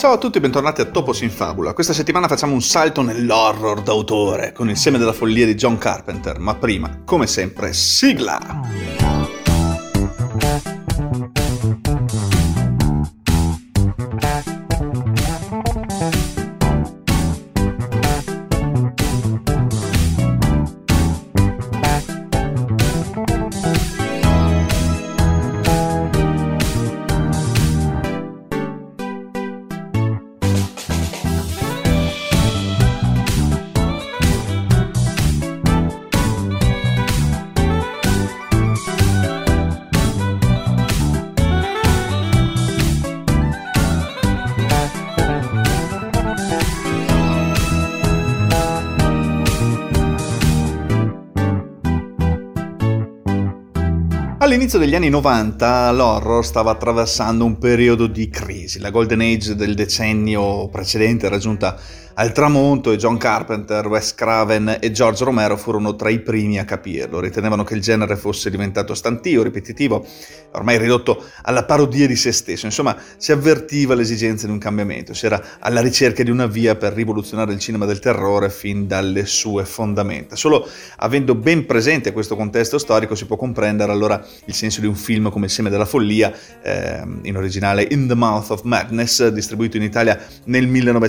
Ciao a tutti e bentornati a Topos in Fabula. Questa settimana facciamo un salto nell'horror d'autore con Il seme della follia di John Carpenter, ma prima, come sempre, sigla! All'inizio degli anni 90 l'horror stava attraversando un periodo di crisi. La golden age del decennio precedente era giunta al tramonto e John Carpenter, Wes Craven e George Romero furono tra i primi a capirlo. Ritenevano che il genere fosse diventato stantio, ripetitivo, ormai ridotto alla parodia di se stesso. Insomma, si avvertiva l'esigenza di un cambiamento. Si era alla ricerca di una via per rivoluzionare il cinema del terrore fin dalle sue fondamenta. Solo avendo ben presente questo contesto storico si può comprendere allora il senso di un film come Il seme della follia, in originale In the Mouth of Madness, distribuito in Italia nel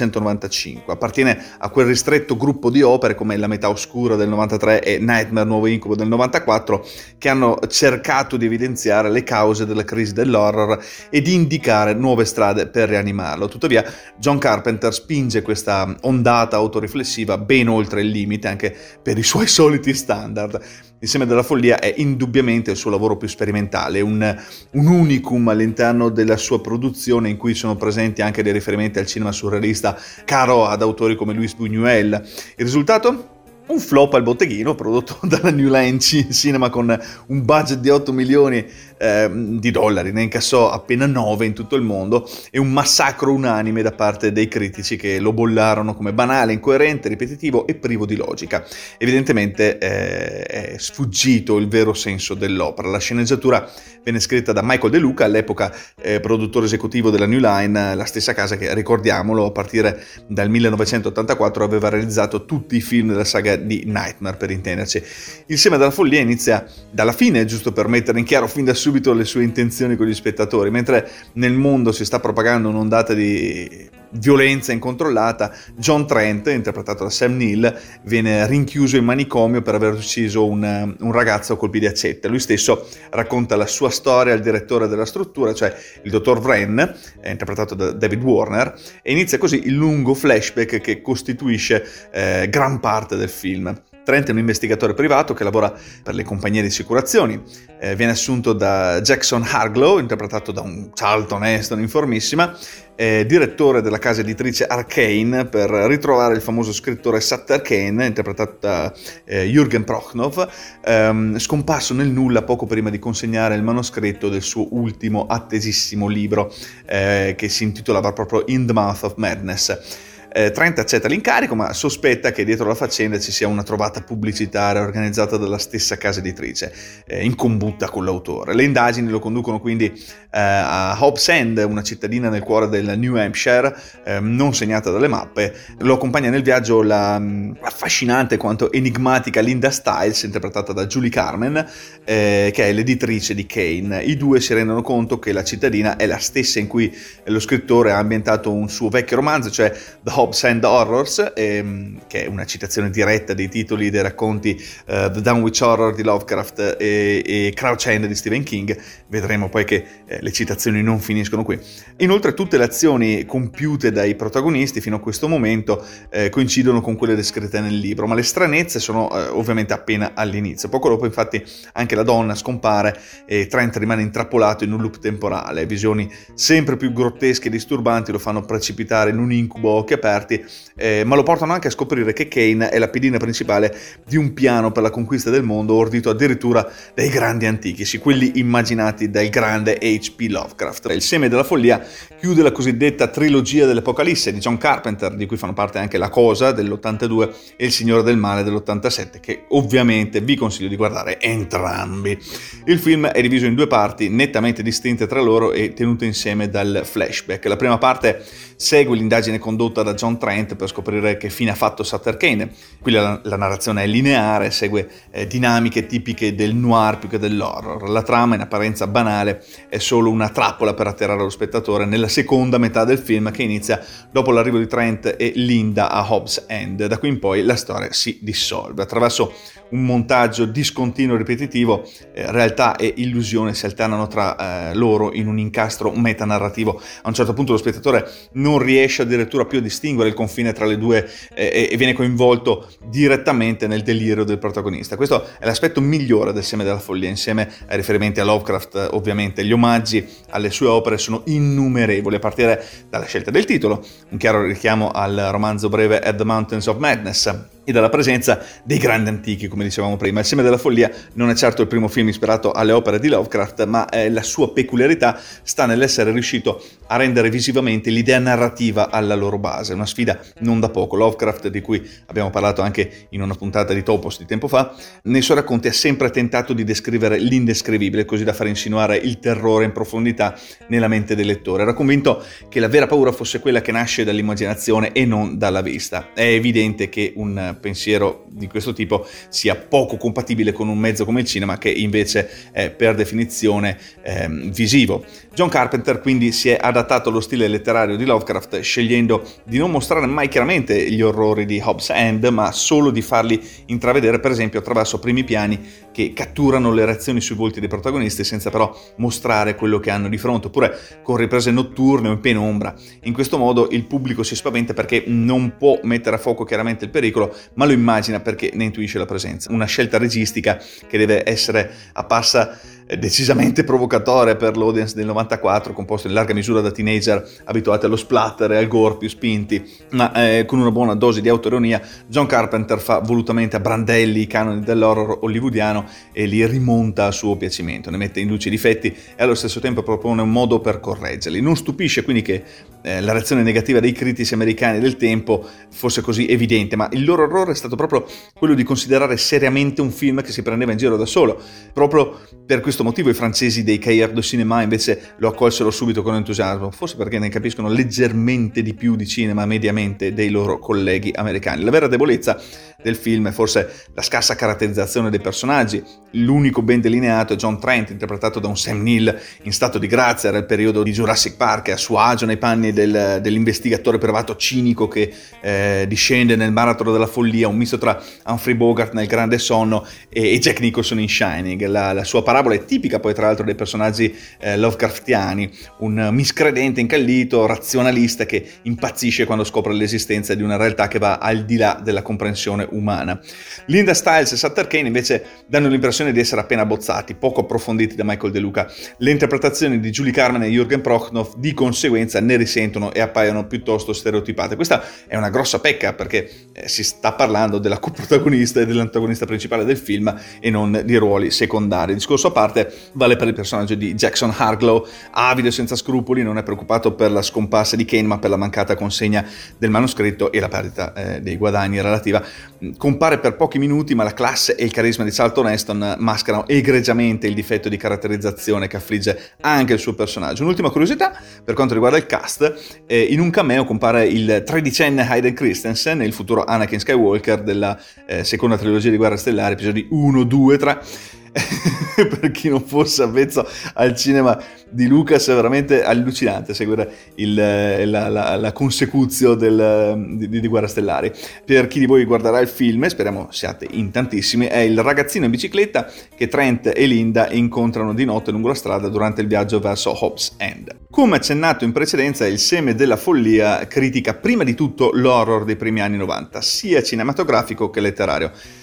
1995. Appartiene a quel ristretto gruppo di opere come La metà oscura del 93 e Nightmare Nuovo Incubo del 94 che hanno cercato di evidenziare le cause della crisi dell'horror e di indicare nuove strade per rianimarlo. Tuttavia John Carpenter spinge questa ondata autoriflessiva ben oltre il limite anche per i suoi soliti standard. Il seme della follia è indubbiamente il suo lavoro più sperimentale, un unicum all'interno della sua produzione in cui sono presenti anche dei riferimenti al cinema surrealista caro ad autori come Luis Buñuel. Il risultato? Un flop al botteghino prodotto dalla New Line Cinema con un budget di 8 milioni di dollari, ne incassò appena 9 in tutto il mondo e un massacro unanime da parte dei critici che lo bollarono come banale, incoerente, ripetitivo e privo di logica. Evidentemente è sfuggito il vero senso dell'opera. La sceneggiatura venne scritta da Michael De Luca, all'epoca produttore esecutivo della New Line, la stessa casa che, ricordiamolo, a partire dal 1984 aveva realizzato tutti i film della saga di Nightmare, per intenderci. Il seme della follia inizia dalla fine, giusto per mettere in chiaro fin da subito le sue intenzioni con gli spettatori. Mentre nel mondo si sta propagando un'ondata di violenza incontrollata, John Trent, interpretato da Sam Neill, viene rinchiuso in manicomio per aver ucciso un ragazzo a colpi di accetta. Lui stesso racconta la sua storia al direttore della struttura, cioè il dottor Wren, interpretato da David Warner, e inizia così il lungo flashback che costituisce gran parte del film. Trent è un investigatore privato che lavora per le compagnie di assicurazioni. Viene assunto da Jackson Harglow, interpretato da un Charlton Heston in formissima, direttore della casa editrice Arcane, per ritrovare il famoso scrittore Sutter Kane, interpretato da Jürgen Prochnow, scomparso nel nulla poco prima di consegnare il manoscritto del suo ultimo attesissimo libro, che si intitolava proprio In the Mouth of Madness. Trent accetta l'incarico, ma sospetta che dietro la faccenda ci sia una trovata pubblicitaria organizzata dalla stessa casa editrice, in combutta con l'autore. Le indagini lo conducono quindi a Hobbs End, una cittadina nel cuore del New Hampshire, non segnata dalle mappe. Lo accompagna nel viaggio l'affascinante quanto enigmatica Linda Stiles, interpretata da Julie Carmen, che è l'editrice di Kane. I due si rendono conto che la cittadina è la stessa in cui lo scrittore ha ambientato un suo vecchio romanzo, cioè The Hobbs End Horrors, che è una citazione diretta dei titoli dei racconti The Dunwich Horror di Lovecraft e Crouch End di Stephen King. Vedremo poi che le citazioni non finiscono qui. Inoltre tutte le azioni compiute dai protagonisti fino a questo momento coincidono con quelle descritte nel libro, ma le stranezze sono ovviamente appena all'inizio. Poco dopo infatti anche la donna scompare e Trent rimane intrappolato in un loop temporale. Visioni sempre più grottesche e disturbanti lo fanno precipitare in un incubo che aperti, ma lo portano anche a scoprire che Kane è la pedina principale di un piano per la conquista del mondo ordito addirittura dai grandi antichi, sì, quelli immaginati dal grande H.P. Lovecraft. Il seme della follia chiude la cosiddetta trilogia dell'Apocalisse di John Carpenter, di cui fanno parte anche La Cosa dell'82 e Il Signore del Male dell'87, che ovviamente vi consiglio di guardare entrambi. Il film è diviso in due parti nettamente distinte tra loro e tenute insieme dal flashback. La prima parte segue l'indagine condotta da John Trent per scoprire che fine ha fatto Sutter Kane. Qui la narrazione è lineare, segue dinamiche tipiche del noir più che dell'horror. La trama, in apparenza banale, è solo una trappola per atterrare lo spettatore nella seconda metà del film, che inizia dopo l'arrivo di Trent e Linda a Hobbs End. Da qui in poi la storia si dissolve. Attraverso un montaggio discontinuo e ripetitivo, realtà e illusione si alternano tra loro in un incastro metanarrativo. A un certo punto lo spettatore non riesce addirittura più a distinguere il confine tra le due e viene coinvolto direttamente nel delirio del protagonista. Questo è l'aspetto migliore del Seme della follia, insieme ai riferimenti a Lovecraft. Ovviamente gli omaggi alle sue opere sono innumerevoli, a partire dalla scelta del titolo, un chiaro richiamo al romanzo breve At the Mountains of Madness, e dalla presenza dei grandi antichi, come dicevamo prima. Il Seme della follia non è certo il primo film ispirato alle opere di Lovecraft, ma la sua peculiarità sta nell'essere riuscito a rendere visivamente l'idea narrativa alla loro base, una sfida non da poco. Lovecraft, di cui abbiamo parlato anche in una puntata di Topos di tempo fa, nei suoi racconti ha sempre tentato di descrivere l'indescrivibile, così da far insinuare il terrore in profondità nella mente del lettore. Era convinto che la vera paura fosse quella che nasce dall'immaginazione e non dalla vista. È evidente che un pensiero di questo tipo sia poco compatibile con un mezzo come il cinema, che invece è per definizione visivo. John Carpenter quindi si è adattato allo stile letterario di Lovecraft, scegliendo di non mostrare mai chiaramente gli orrori di Hobbs End, ma solo di farli intravedere, per esempio attraverso primi piani che catturano le reazioni sui volti dei protagonisti senza però mostrare quello che hanno di fronte, oppure con riprese notturne o in penombra. In questo modo il pubblico si spaventa perché non può mettere a fuoco chiaramente il pericolo, ma lo immagina perché ne intuisce la presenza. Una scelta registica che deve essere apparsa decisamente provocatoria per l'audience del 94, composto in larga misura da teenager abituati allo splatter e al gore più spinti, ma con una buona dose di autoironia. John Carpenter fa volutamente a brandelli i canoni dell'horror hollywoodiano e li rimonta a suo piacimento, ne mette in luce i difetti e allo stesso tempo propone un modo per correggerli. Non stupisce quindi che la reazione negativa dei critici americani del tempo fosse così evidente, ma il loro errore è stato proprio quello di considerare seriamente un film che si prendeva in giro da solo. Proprio per questo motivo i francesi dei Cahiers du Cinéma invece lo accolsero subito con entusiasmo, forse perché ne capiscono leggermente di più di cinema mediamente dei loro colleghi americani. La vera debolezza del film è forse la scarsa caratterizzazione dei personaggi. L'unico ben delineato è John Trent, interpretato da un Sam Neill in stato di grazia. Era il periodo di Jurassic Park, è a suo agio nei panni dell'investigatore privato cinico che discende nel baratro della follia, un misto tra Humphrey Bogart nel Grande Sonno e Jack Nicholson in Shining. La sua parabola è tipica poi tra l'altro dei personaggi Lovecraftiani, un miscredente incallito, razionalista che impazzisce quando scopre l'esistenza di una realtà che va al di là della comprensione umana. Linda Stiles e Sutter Kane invece danno l'impressione di essere appena abbozzati, poco approfonditi da Michael De Luca. Le interpretazioni di Julie Carmen e Jürgen Prochnow di conseguenza ne risentono e appaiono piuttosto stereotipate. Questa è una grossa pecca perché si sta parlando della coprotagonista e dell'antagonista principale del film e non di ruoli secondari. Discorso a parte vale per il personaggio di Jackson Harglow, avido e senza scrupoli, non è preoccupato per la scomparsa di Kane ma per la mancata consegna del manoscritto e la perdita dei guadagni relativa. Compare per pochi minuti, ma la classe e il carisma di Charlton Heston mascherano egregiamente il difetto di caratterizzazione che affligge anche il suo personaggio. Un'ultima curiosità per quanto riguarda il cast: in un cameo compare il 13enne Hayden Christensen, il futuro Anakin Skywalker della seconda trilogia di Guerre Stellari, episodi 1, 2, 3. Per chi non fosse avvezzo al cinema di Lucas è veramente allucinante seguire la consecuzione di Guerre Stellari. Per chi di voi guarderà il film, speriamo siate in tantissimi, è il ragazzino in bicicletta che Trent e Linda incontrano di notte lungo la strada durante il viaggio verso Hobbs End. Come accennato in precedenza, Il Seme della follia critica prima di tutto l'horror dei primi anni 90, sia cinematografico che letterario.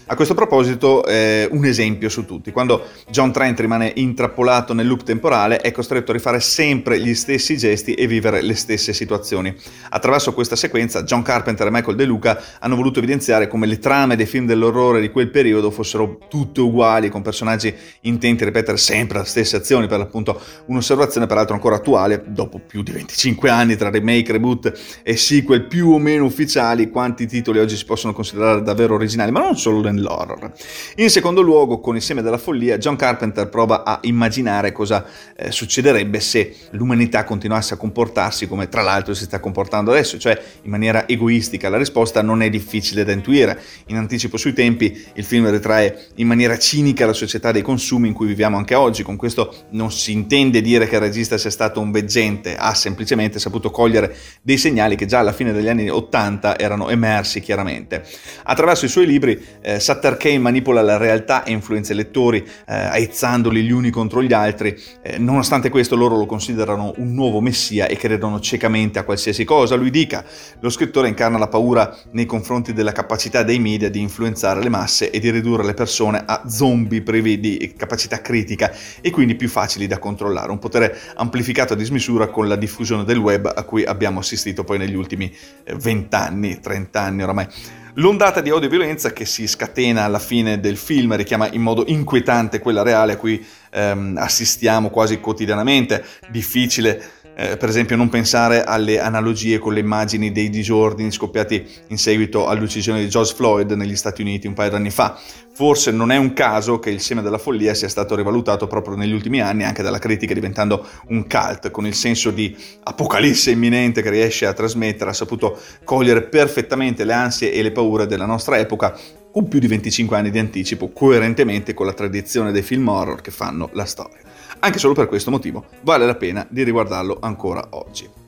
A questo proposito, un esempio su tutti. Quando John Trent rimane intrappolato nel loop temporale, è costretto a rifare sempre gli stessi gesti e vivere le stesse situazioni. Attraverso questa sequenza, John Carpenter e Michael De Luca hanno voluto evidenziare come le trame dei film dell'orrore di quel periodo fossero tutte uguali, con personaggi intenti a ripetere sempre le stesse azioni, per l'appunto un'osservazione peraltro ancora attuale, dopo più di 25 anni tra remake, reboot e sequel più o meno ufficiali. Quanti titoli oggi si possono considerare davvero originali, ma non solo nell'horror. In secondo luogo, con Il seme della follia, John Carpenter prova a immaginare cosa succederebbe se l'umanità continuasse a comportarsi come tra l'altro si sta comportando adesso, cioè in maniera egoistica. La risposta non è difficile da intuire. In anticipo sui tempi, il film ritrae in maniera cinica la società dei consumi in cui viviamo anche oggi. Con questo non si intende dire che il regista sia stato un veggente, ha semplicemente saputo cogliere dei segnali che già alla fine degli anni 80 erano emersi chiaramente. Attraverso i suoi libri, Sutter Kane manipola la realtà e influenza i lettori, aizzandoli gli uni contro gli altri. Nonostante questo, loro lo considerano un nuovo messia e credono ciecamente a qualsiasi cosa lui dica. Lo scrittore incarna la paura nei confronti della capacità dei media di influenzare le masse e di ridurre le persone a zombie privi di capacità critica e quindi più facili da controllare, un potere amplificato a dismisura con la diffusione del web a cui abbiamo assistito poi negli ultimi 20 anni, 30 anni oramai. L'ondata di odio e violenza che si scatena alla fine del film richiama in modo inquietante quella reale a cui assistiamo quasi quotidianamente. Difficile per esempio non pensare alle analogie con le immagini dei disordini scoppiati in seguito all'uccisione di George Floyd negli Stati Uniti un paio d'anni fa. Forse non è un caso che Il seme della follia sia stato rivalutato proprio negli ultimi anni anche dalla critica, diventando un cult, con il senso di apocalisse imminente che riesce a trasmettere. Ha saputo cogliere perfettamente le ansie e le paure della nostra epoca, con più di 25 anni di anticipo, coerentemente con la tradizione dei film horror che fanno la storia. Anche solo per questo motivo vale la pena di riguardarlo ancora oggi.